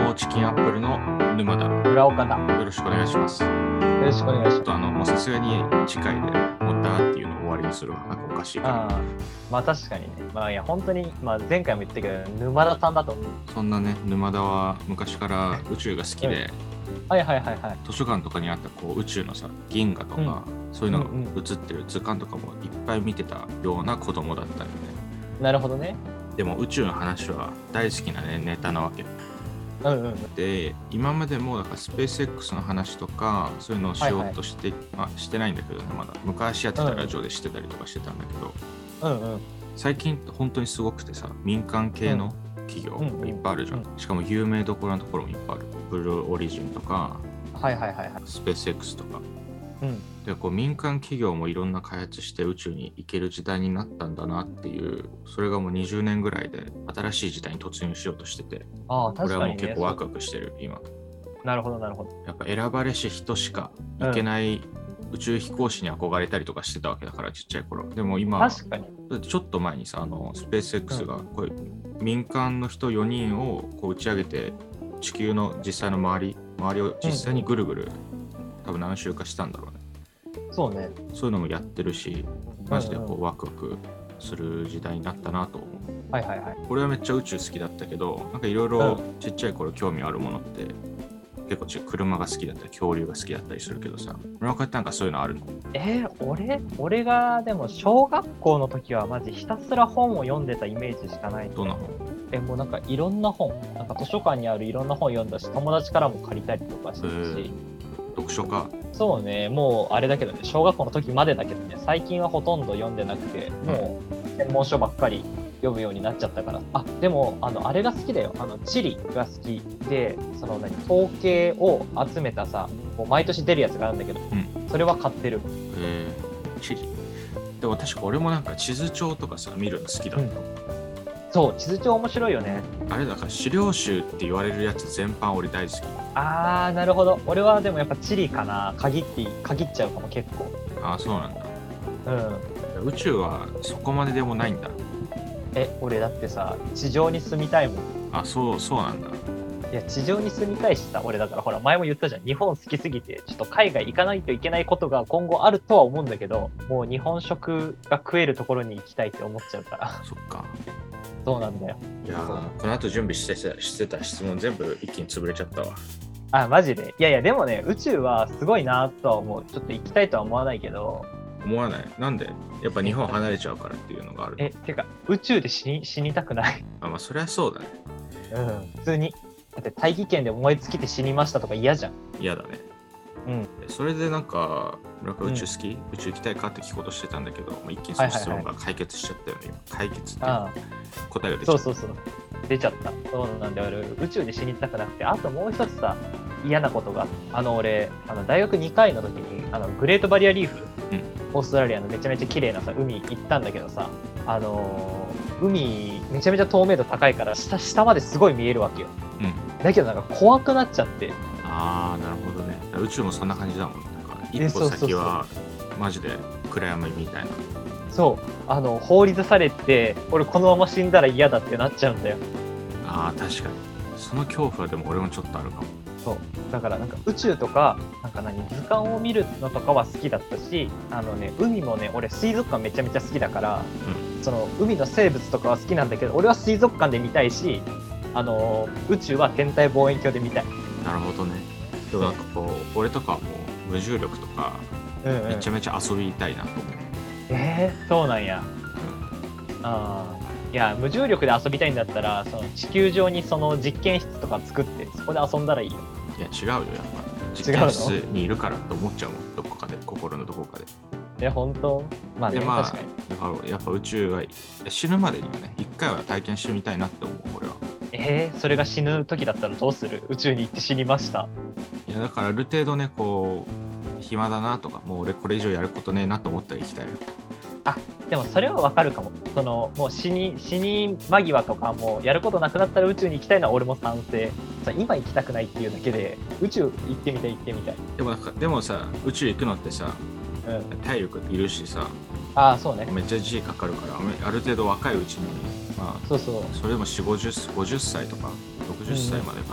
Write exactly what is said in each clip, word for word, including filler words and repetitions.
もチキンアップルの沼田、 村岡だ。 よろしくお願いします。よろしくお願いします。 とあのもうさすがに次回でもったっていうのを終わりにするのはなんかおかしいから。 あまあ確かにね。まあいや本当に、まあ、前回も言ったけど沼田さんだと思う。 そんなね、沼田は昔から宇宙が好きで、 うん、はいはいはいはい。 図書館とかにあったこう宇宙のさ銀河とか、うん、そういうのが映ってる図鑑とかもいっぱい見てたような子供だったよね。 なるほどね。 でも宇宙の話は大好きな、ね、ネタなわけ。 うんうん、 で今までもだからスペース X の話とかそういうのをしようとして、はいはいまあ、してないんだけどね、まだ昔やってたラジオでしてたりとかしてたんだけど、うんうん、最近本当にすごくてさ、民間系の企業いっぱいあるじゃん、うんうん、しかも有名どころのところもいっぱいある。ブルーオリジンとか、 はいはいはいはい、 スペース X とか、 うん、 でこう民間企業もいろんな開発して宇宙に行ける時代になったんだなっていう、それがもうにじゅうねんぐらいで新しい時代に突入しようとしてて、 ああ確かに、ね、 これはもう結構ワクワクしてる今。 なるほどなるほど。 やっぱ選ばれし人しか行けない宇宙飛行士に憧れたりとかしてたわけだから、ちっちゃい頃。でも今確かにちょっと前にさ、あのスペース X がこういう民間の人よにんをこう打ち上げて地球の実際の周り周りを実際にぐるぐる、うん、多分何周かしたんだろうね。 そうね。 そういうのもやってるし、マジでこうワクワクする時代になったなと思う。 はいはいはい。 俺はめっちゃ宇宙好きだったけど、なんかいろいろちっちゃい頃興味あるものって、結構車が好きだったり恐竜が好きだったりするけどさ、村岡ってなんかそういうのあるの？ えー、俺俺がでも小学校の時はマジひたすら本を読んでたイメージしかない。 どんな本？ えもうなんかいろんな本、なんか図書館にあるいろんな本読んだし、友達からも借りたりとかしてるし。 読書か。 そうね、もうあれだけどね、小学校の時までだけどね、最近はほとんど読んでなくて、もう専門書ばっかり読むようになっちゃったから。あ、でもあのあれが好きだよ。あの地理が好きで、その何統計を集めたさ、もう毎年出るやつがあるんだけど、うん、それは買ってる。 へえ、地理。でも確か俺もなんか地図帳とかさ見るの好きだった。うん、 そう、地図帳面白いよね。 あれだから資料集って言われるやつ全般俺大好き。 あーなるほど。俺はでもやっぱ地理かな。限って限っちゃうかも結構。 ああそうなんだ。 うん。 宇宙はそこまででもないんだ。 え、俺だってさ地上に住みたいもん。 あ、そうそうなんだ。 いや地上に住みたいしさ、俺だからほら前も言ったじゃん、日本好きすぎてちょっと海外行かないといけないことが今後あるとは思うんだけど、もう日本食が食えるところに行きたいって思っちゃうから。 そっか。 そうなんだよ。 いやこの後準備してしてた質問全部一気に潰れちゃったわ。 あ、マジで。いやいやでもね、宇宙はすごいなとは思う。ちょっと行きたいとは思わないけど。 思わない？なんで？やっぱ日本離れちゃうからっていうのがある。 え、てか宇宙で死に死にたくない？ あ、まあそりゃそうだね。 うん、普通に。だって大気圏で燃え尽きて死にましたとか嫌じゃん。 嫌だね。うん。それでなんか、なんか宇宙好き、うん、宇宙行きたいかって聞こうとしてたんだけど、まあ、一気にその質問が解決しちゃったよね。はいはいはい、解決って答えが出ちゃった。 そうそうそう。出ちゃった。そうなんで俺宇宙で死にたくなくて、あともう一つさ嫌なことが、あの俺あの大学にかいの時にあのグレートバリアリーフ、うん、オーストラリアのめちゃめちゃ綺麗なさ海行ったんだけどさ、あのー、海めちゃめちゃ透明度高いから下下まですごい見えるわけよ。うん、だけどなんか怖くなっちゃって。 ああなるほどね。宇宙もそんな感じだもん。なんか一歩先はマジで暗闇みたいな。 そうあの放り出されて俺このまま死んだら嫌だってなっちゃうんだよ。 ああ確かにその恐怖はでも俺もちょっとあるかも。 そうだからなんか宇宙とかなんか何図鑑を見るのとかは好きだったし、あのね海もね俺水族館めちゃめちゃ好きだから、うん、その海の生物とかは好きなんだけど俺は水族館で見たいし、あの宇宙は天体望遠鏡で見たい。 なるほどね。でもなんかこう俺とかはもう無重力とかめちゃめちゃ遊びたいなと思う。うんうん、 えー、そうなんや。うん、あいや無重力で遊びたいんだったらその地球上にその実験室とか作ってそこで遊んだらいいよ。 いや違うよ、やっぱ実験室にいるからと思っちゃうもん、どこかで、心のどこかで。 いや本当まあね、まあ、確かにだからやっぱ宇宙が死ぬまでにはね一回は体験してみたいなって思う俺は。 えー、それが死ぬ時だったらどうする？宇宙に行って死にました。 いやだからある程度ねこう暇だなとかもう俺これ以上やることねえなと思ったら行きたいよ。 あでもそれはわかるかも。そのもう死に死に間際とかもうやることなくなったら宇宙に行きたいのは俺も賛成。今行きたくないっていうだけで宇宙行ってみたい行ってみたい。 でもなんかでもさ宇宙行くのってさ、うん、体力いるしさ、 ああそうね、 めっちゃ G かかるからある程度若いうちに、まあ、 そうそうそれでもよんじゅう、ごじゅっさいとかろくじゅっさいまでかな、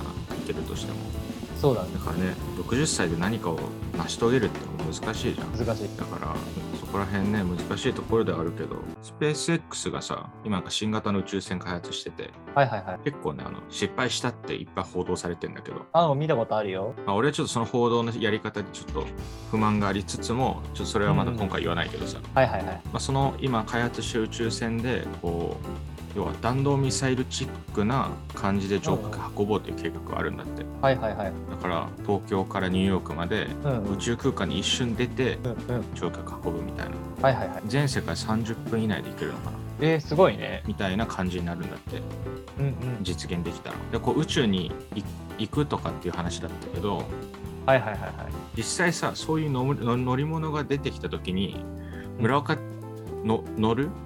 けるとしても。 そうだね。 だからね、ろくじゅっさいで何かを成し遂げるって難しいじゃん。 難しい。 だからそこら辺ね、難しいところではあるけど、スペース X がさ、今なんか新型の宇宙船開発してて、 はいはいはい。 結構ね、あの失敗したっていっぱい報道されてんだけど、 あ、見たことあるよ。 まあ、俺はちょっとその報道のやり方にちょっと不満がありつつも、ちょっとそれはまだ今回言わないけどさ、 うん、はいはいはい。まあ、その今開発した宇宙船でこう要は弾道ミサイルチックな感じで上空運ぼうという計画があるんだって。 はいはいはい。 だから東京からニューヨークまで宇宙空間に一瞬出て上空運ぶみたいな。 はいはいはい。 全世界さんじゅっぷん以内で行けるのかな。 えー、すごいね。 みたいな感じになるんだって。 うんうん。 実現できたら。でこう宇宙に行くとかっていう話だったけど、 はいはいはいはい。 実際さ、そういうのの乗り物が出てきた時に村岡の乗る？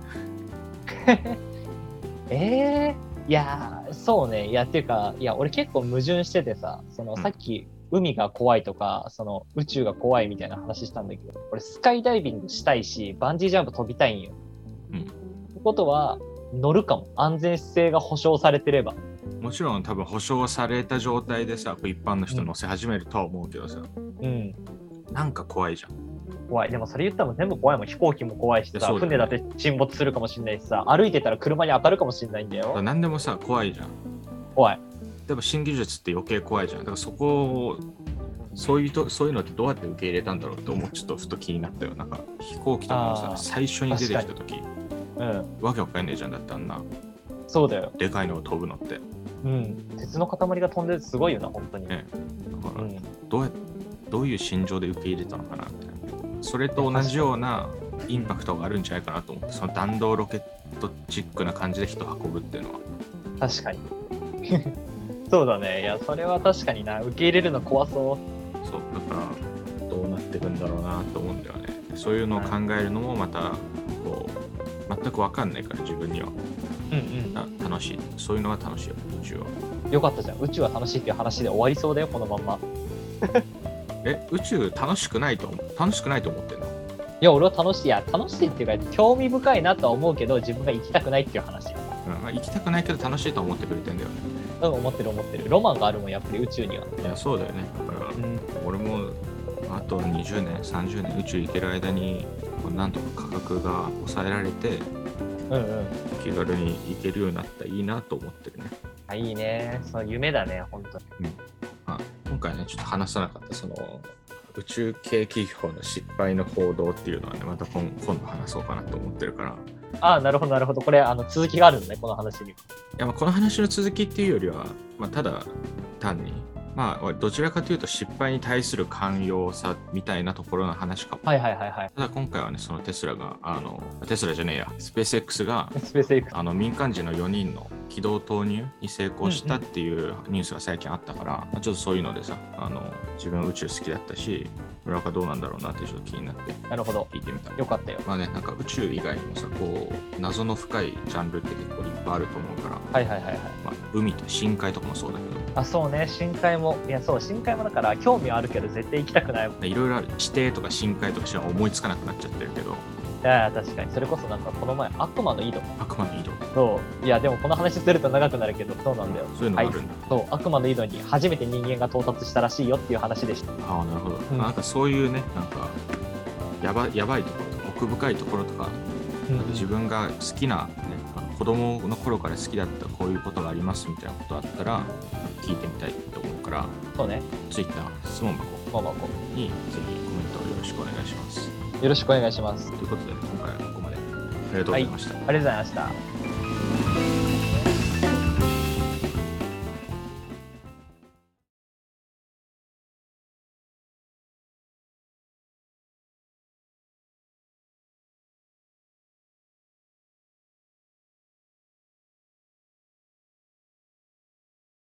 えー、いやそうね、いやっていうか、いや俺結構矛盾しててさ、そのさっき海が怖いとか、その宇宙が怖いみたいな話したんだけど、俺スカイダイビングしたいし、バンジージャンプ飛びたいんよ。うん。ってことは乗るかも。安全性が保証されてれば。 もちろん多分保証された状態でさ、一般の人乗せ始めるとは思うけどさ、うん、なんか怖いじゃん。 怖い。でもそれ言ったら全部怖いもん。飛行機も怖いしさ、船だって沈没するかもしれないしさ、歩いてたら車に当たるかもしれないんだよ。 何でもさ、怖いじゃん。 怖い。 でも新技術って余計怖いじゃん。だからそこを、そういうと、そういうのってどうやって受け入れたんだろうって思う、ちょっとふと気になったよ。なんか飛行機とかもさ、最初に出てきた時、うん、わけわかんねえじゃん。だってあんな。 そうだよ。 でかいのを飛ぶのって。 うん。鉄の塊が飛んでるすごいよな、本当に。ね。 だから、うん、どうやどういう心情で受け入れたのかなみたいな。それと同じようなインパクトがあるんじゃないかなと思って、その弾道ロケットチックな感じで人を運ぶっていうのは。 確かに。そうだね。いや、それは確かにな。受け入れるの怖そう。 そう、だからどうなっていくんだろうなと思うんだよね。そういうのを考えるのもまたこう全く分かんないから自分には。うんうん。楽しい。そういうのが楽しいよ、宇宙は。よかったじゃん。宇宙は楽しいっていう話で終わりそうだよ、このまんま。 え、宇宙楽しくないと思う楽しくないと思ってんの？いや、俺は楽しい。いや、楽しいっていうか、興味深いなとは思うけど、自分が行きたくないっていう話。 うん、まあ、行きたくないけど楽しいと思ってくれてんだよね。 うん、思ってる思ってる。ロマンがあるもん、やっぱり宇宙には。 いや、そうだよね。だから、うん、俺もあとにじゅうねん、さんじゅうねん宇宙行ける間に、なんとか価格が抑えられて、うんうん、気軽に行けるようになったらいいなと思ってるね。 あ、いいね。その夢だね、本当に。うん、 まあ、今回ね、ちょっと話さなかった、その、宇宙系企業の失敗の報道っていうのはね、また 今, 今度話そうかなと思ってるから。 ああ、なるほど、なるほど。これ、あの続きがあるんだね、この話に。いや、まあ、この話の続きっていうよりは、まあ、ただ単に、まあ、どちらかというと失敗に対する寛容さみたいなところの話かも。 はいはいはいはい。 ただ今回はね、そのテスラが、あの、テスラじゃねえや、スペース X が、 スペース X、 あの民間人のよにんの軌道投入に成功したっていうニュースが最近あったから、うんうん、ちょっとそういうのでさ、あの自分は宇宙好きだったし、村岡どうなんだろうなってちょっと気になってなるほど聞いてみた。 よかったよ。 まあね、なんか宇宙以外にもさ、こう謎の深いジャンルって結構いっぱいあると思うから、 はいはいはいはい。 まあ、海と深海とかもそうだけど。 あ、そうね、深海も、いやそう深海もだから興味はあるけど絶対行きたくない。 いろいろある。地底とか深海とかしか思いつかなくなっちゃってるけど。 いや確かにそれこそなんかこの前悪魔の井戸。 悪魔の井戸。 そういやでもこの話すると長くなるけどそうなんだよ。 そういうのがあるんだ。 はい、そう悪魔の井戸に初めて人間が到達したらしいよっていう話でした。 ああなるほど。うん、なんかそういうねなんかやばやばいところとか奥深いところとか、うん、なんか自分が好きなね子供の頃から好きだったこういうことがありますみたいなことあったら聞いてみたいと思うから。 そうね。 ツイッター質問箱にぜひコメントをよろしくお願いします。 よろしくお願いします。 ということで今回はここまでありがとうございました。 はい、ありがとうございました。